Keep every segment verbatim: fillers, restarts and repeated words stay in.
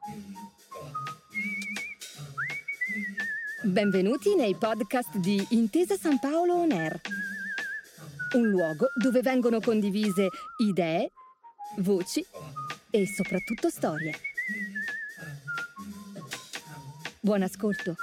Benvenuti nei podcast di Intesa San Paolo On Air, un luogo dove vengono condivise idee, voci e soprattutto storie. Buon ascolto.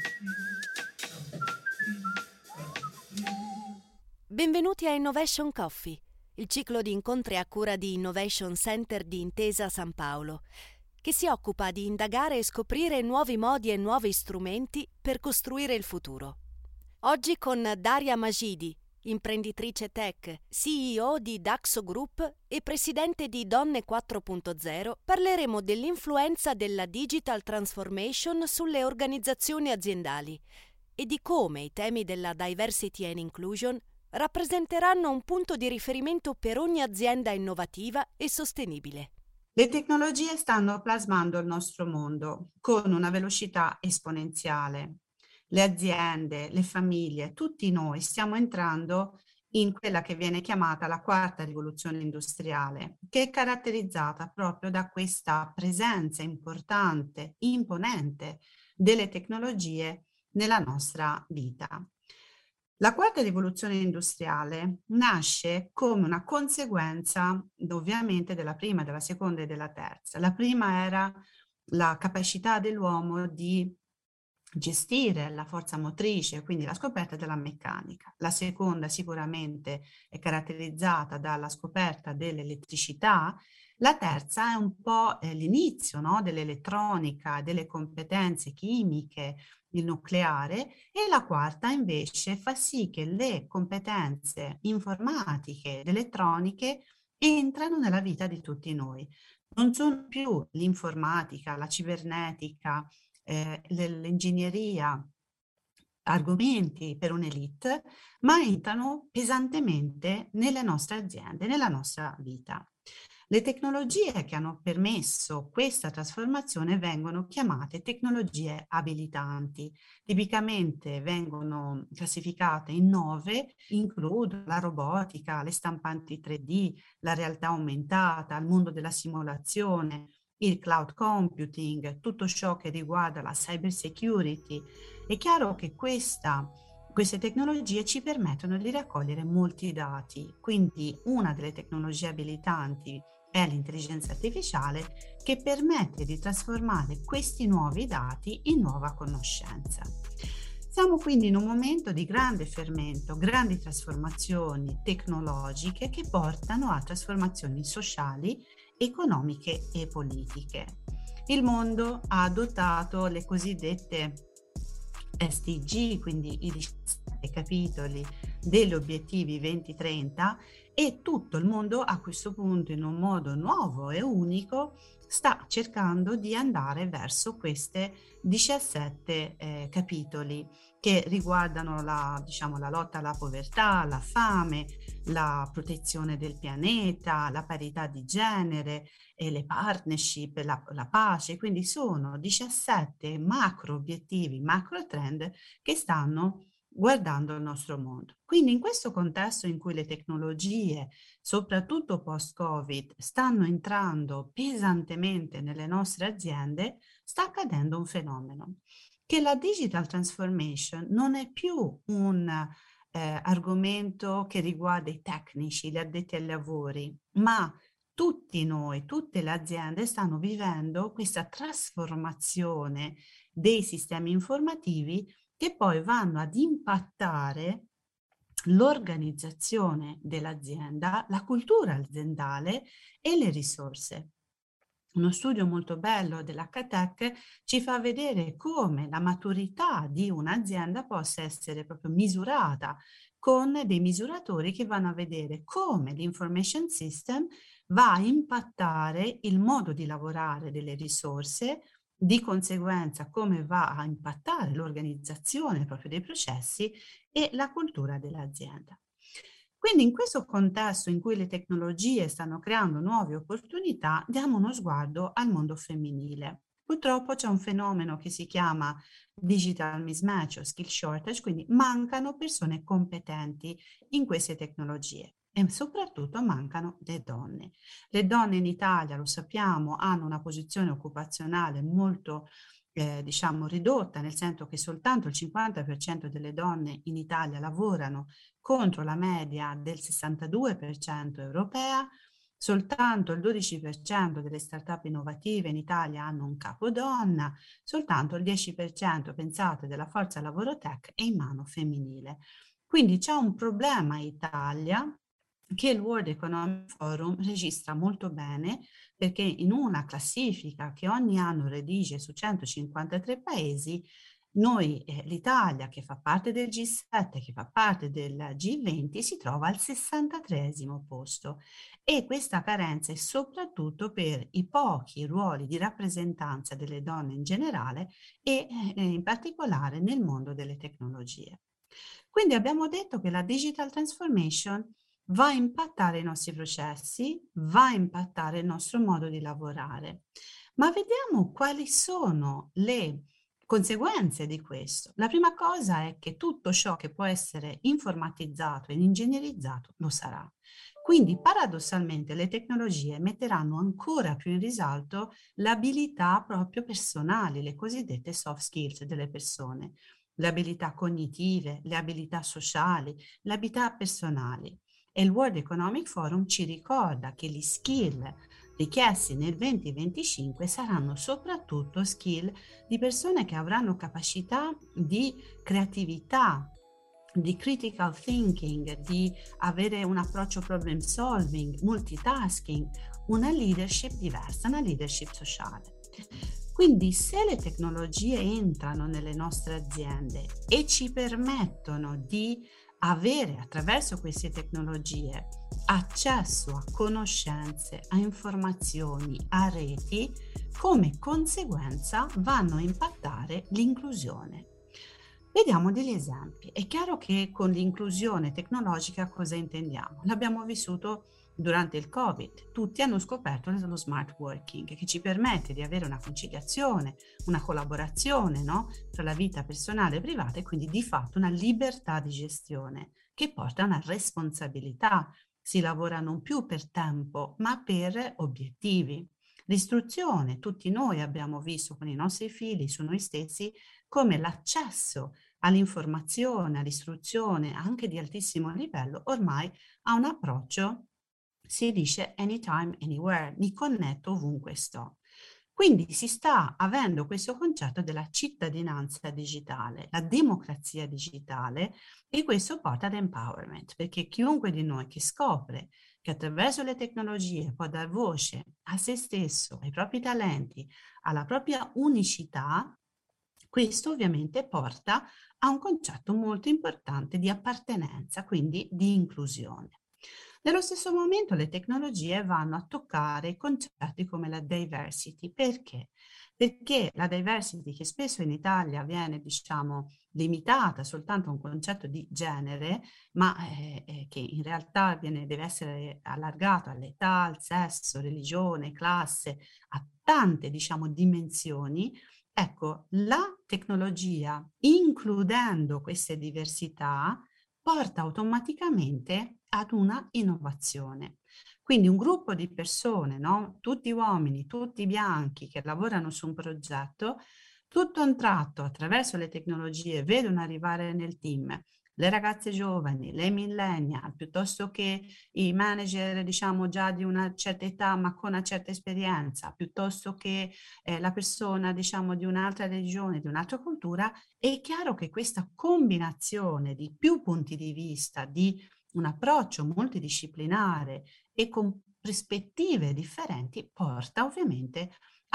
Benvenuti a Innovation Coffee, il ciclo di incontri a cura di Innovation Center di Intesa San Paolo, che si occupa di indagare e scoprire nuovi modi e nuovi strumenti per costruire il futuro. Oggi con Daria Magidi, imprenditrice tech, C E O di Daxo Group e presidente di Donne quattro punto zero, parleremo dell'influenza della digital transformation sulle organizzazioni aziendali e di come i temi della diversity and inclusion rappresenteranno un punto di riferimento per ogni azienda innovativa e sostenibile. Le tecnologie stanno plasmando il nostro mondo con una velocità esponenziale. Le aziende, le famiglie, tutti noi stiamo entrando in quella che viene chiamata la quarta rivoluzione industriale, che è caratterizzata proprio da questa presenza importante, imponente delle tecnologie nella nostra vita. La quarta rivoluzione industriale nasce come una conseguenza ovviamente della prima, della seconda e della terza. La prima era la capacità dell'uomo di gestire la forza motrice, quindi la scoperta della meccanica. La seconda sicuramente è caratterizzata dalla scoperta dell'elettricità. La terza è un po' eh, l'inizio, no, dell'elettronica, delle competenze chimiche, il nucleare, e la quarta invece fa sì che le competenze informatiche ed elettroniche entrano nella vita di tutti noi. Non sono più l'informatica, la cibernetica, eh, l'ingegneria, argomenti per un'elite, ma entrano pesantemente nelle nostre aziende, nella nostra vita. Le tecnologie che hanno permesso questa trasformazione vengono chiamate tecnologie abilitanti. Tipicamente vengono classificate in nove, includono la robotica, le stampanti tre D, la realtà aumentata, il mondo della simulazione, il cloud computing, tutto ciò che riguarda la cyber security. È chiaro che questa Queste tecnologie ci permettono di raccogliere molti dati, quindi una delle tecnologie abilitanti è l'intelligenza artificiale, che permette di trasformare questi nuovi dati in nuova conoscenza. Siamo quindi in un momento di grande fermento, grandi trasformazioni tecnologiche che portano a trasformazioni sociali, economiche e politiche. Il mondo ha adottato le cosiddette S D G, quindi i diciassette capitoli degli obiettivi venti trenta, e tutto il mondo a questo punto, in un modo nuovo e unico, sta cercando di andare verso queste diciassette eh, capitoli che riguardano la, diciamo, la lotta alla povertà, la fame, la protezione del pianeta, la parità di genere, e le partnership, la, la pace. Quindi sono diciassette macro obiettivi, macro trend che stanno guardando il nostro mondo. Quindi in questo contesto in cui le tecnologie, soprattutto post-Covid, stanno entrando pesantemente nelle nostre aziende, sta accadendo un fenomeno, che la digital transformation non è più un eh, argomento che riguarda i tecnici, gli addetti ai lavori, ma tutti noi, tutte le aziende stanno vivendo questa trasformazione dei sistemi informativi che poi vanno ad impattare l'organizzazione dell'azienda, la cultura aziendale e le risorse. Uno studio molto bello dell'H Tech ci fa vedere come la maturità di un'azienda possa essere proprio misurata con dei misuratori che vanno a vedere come l'information system va a impattare il modo di lavorare delle risorse, di conseguenza come va a impattare l'organizzazione proprio dei processi e la cultura dell'azienda. Quindi in questo contesto in cui le tecnologie stanno creando nuove opportunità, diamo uno sguardo al mondo femminile. Purtroppo c'è un fenomeno che si chiama digital mismatch o skill shortage, quindi mancano persone competenti in queste tecnologie. e soprattutto mancano le donne. Le donne in Italia, lo sappiamo, hanno una posizione occupazionale molto eh, diciamo ridotta, nel senso che soltanto il cinquanta per cento delle donne in Italia lavorano contro la media del sessantadue per cento europea. Soltanto il dodici per cento delle start-up innovative in Italia hanno un capo donna, soltanto il dieci per cento, pensate, della forza lavoro tech è in mano femminile. Quindi c'è un problema in Italia che il World Economic Forum registra molto bene, perché in una classifica che ogni anno redige su centocinquantatré paesi, noi, eh, l'Italia, che fa parte del G sette, che fa parte del G venti, si trova al sessantatreesimo posto, e questa carenza è soprattutto per i pochi ruoli di rappresentanza delle donne in generale e eh, in particolare nel mondo delle tecnologie. Quindi abbiamo detto che la digital transformation va a impattare i nostri processi, va a impattare il nostro modo di lavorare. Ma vediamo quali sono le conseguenze di questo. La prima cosa è che tutto ciò che può essere informatizzato ed ingegnerizzato lo sarà. Quindi paradossalmente le tecnologie metteranno ancora più in risalto le abilità proprio personali, le cosiddette soft skills delle persone, le abilità cognitive, le abilità sociali, le abilità personali. E il World Economic Forum ci ricorda che gli skill richiesti nel duemilaventicinque saranno soprattutto skill di persone che avranno capacità di creatività, di critical thinking, di avere un approccio problem solving, multitasking, una leadership diversa, una leadership sociale. Quindi se le tecnologie entrano nelle nostre aziende e ci permettono di avere attraverso queste tecnologie accesso a conoscenze, a informazioni, a reti, come conseguenza vanno a impattare l'inclusione. Vediamo degli esempi. È chiaro che con l'inclusione tecnologica cosa intendiamo? L'abbiamo vissuto durante il Covid. Tutti hanno scoperto lo smart working, che ci permette di avere una conciliazione, una collaborazione, no? Tra la vita personale e privata, e quindi di fatto una libertà di gestione che porta a una responsabilità. Si lavora non più per tempo, ma per obiettivi. L'istruzione, tutti noi abbiamo visto con i nostri figli, su noi stessi, come l'accesso all'informazione, all'istruzione anche di altissimo livello ormai ha un approccio, si dice anytime, anywhere, mi connetto ovunque sto. Quindi si sta avendo questo concetto della cittadinanza digitale, la democrazia digitale, e questo porta ad empowerment, perché chiunque di noi che scopre che attraverso le tecnologie può dar voce a se stesso, ai propri talenti, alla propria unicità, questo ovviamente porta a un concetto molto importante di appartenenza, quindi di inclusione. Nello stesso momento le tecnologie vanno a toccare concetti come la diversity. Perché? Perché la diversity, che spesso in Italia viene, diciamo, limitata soltanto a un concetto di genere, ma eh, eh, che in realtà viene, deve essere allargato all'età, al sesso, religione, classe, a tante, diciamo, dimensioni. Ecco, la tecnologia, includendo queste diversità, porta automaticamente ad una innovazione. Quindi un gruppo di persone, no? Tutti uomini, tutti bianchi, che lavorano su un progetto, tutto a un tratto, attraverso le tecnologie, vedono arrivare nel team le ragazze giovani, le millennial, piuttosto che i manager, diciamo, già di una certa età ma con una certa esperienza, piuttosto che eh, la persona, diciamo, di un'altra religione, di un'altra cultura. È chiaro che questa combinazione di più punti di vista, di un approccio multidisciplinare e con prospettive differenti, porta ovviamente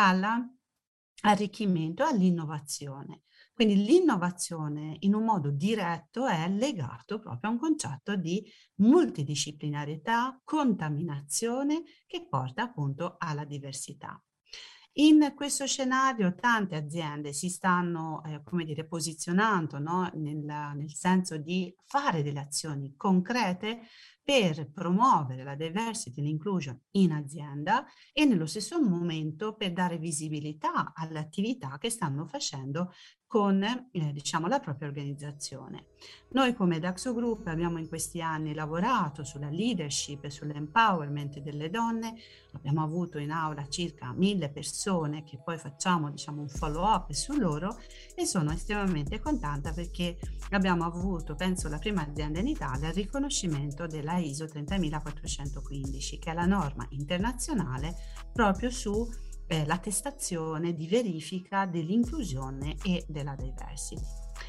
all'arricchimento, all'innovazione. Quindi l'innovazione in un modo diretto è legato proprio a un concetto di multidisciplinarietà, contaminazione, che porta appunto alla diversità. In questo scenario tante aziende si stanno, eh, come dire, posizionando, no? nel, nel senso di fare delle azioni concrete per promuovere la diversity e l'inclusion in azienda e nello stesso momento per dare visibilità alle attività che stanno facendo con eh, diciamo, la propria organizzazione. Noi come Daxo Group abbiamo in questi anni lavorato sulla leadership e sull'empowerment delle donne, abbiamo avuto in aula circa mille persone che poi facciamo diciamo, un follow up su loro e sono estremamente contenta perché abbiamo avuto, penso, la prima azienda in Italia il riconoscimento della I S O trentamilaquattrocentoquindici, che è la norma internazionale proprio su eh, l'attestazione di verifica dell'inclusione e della diversity.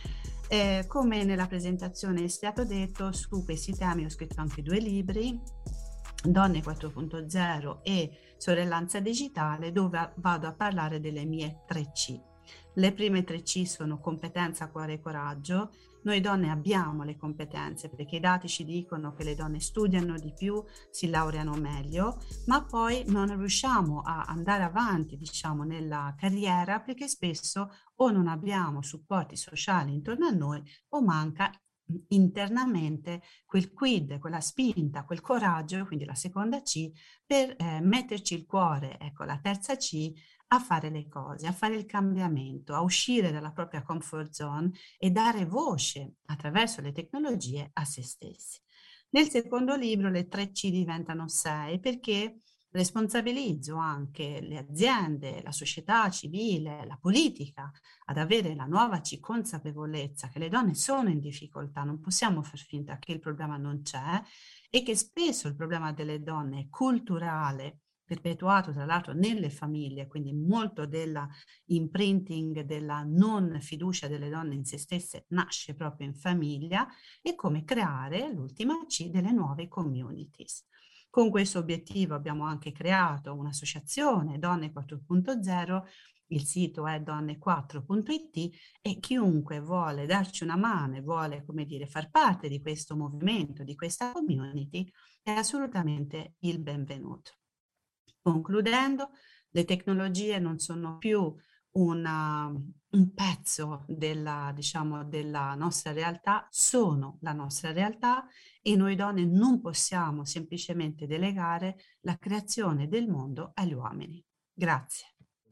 Eh, come nella presentazione è stato detto, su questi temi ho scritto anche due libri, Donne quattro punto zero e Sorellanza digitale, dove vado a parlare delle mie tre C. Le prime tre C sono competenza, cuore e coraggio. Noi donne abbiamo le competenze perché i dati ci dicono che le donne studiano di più, si laureano meglio, ma poi non riusciamo a andare avanti, diciamo, nella carriera perché spesso o non abbiamo supporti sociali intorno a noi o manca internamente quel quid, quella spinta, quel coraggio, quindi la seconda C, per eh, metterci il cuore, ecco la terza C, a fare le cose, a fare il cambiamento, a uscire dalla propria comfort zone e dare voce attraverso le tecnologie a se stessi. Nel secondo libro le tre C diventano sei perché responsabilizzo anche le aziende, la società civile, la politica ad avere la nuova C consapevolezza che le donne sono in difficoltà, non possiamo far finta che il problema non c'è e che spesso il problema delle donne è culturale, perpetuato tra l'altro nelle famiglie, quindi molto della imprinting della non fiducia delle donne in se stesse nasce proprio in famiglia, e come creare, l'ultima C, delle nuove communities. Con questo obiettivo abbiamo anche creato un'associazione Donne quattro punto zero, il sito è donne quattro punto it e chiunque vuole darci una mano e vuole, come dire, far parte di questo movimento, di questa community, è assolutamente il benvenuto. Concludendo, le tecnologie non sono più una, un pezzo della, diciamo, della nostra realtà, sono la nostra realtà e noi donne non possiamo semplicemente delegare la creazione del mondo agli uomini. Grazie.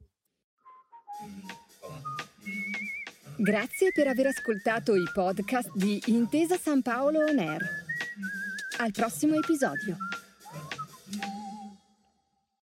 Grazie per aver ascoltato i podcast di Intesa San Paolo On Air. Al prossimo episodio.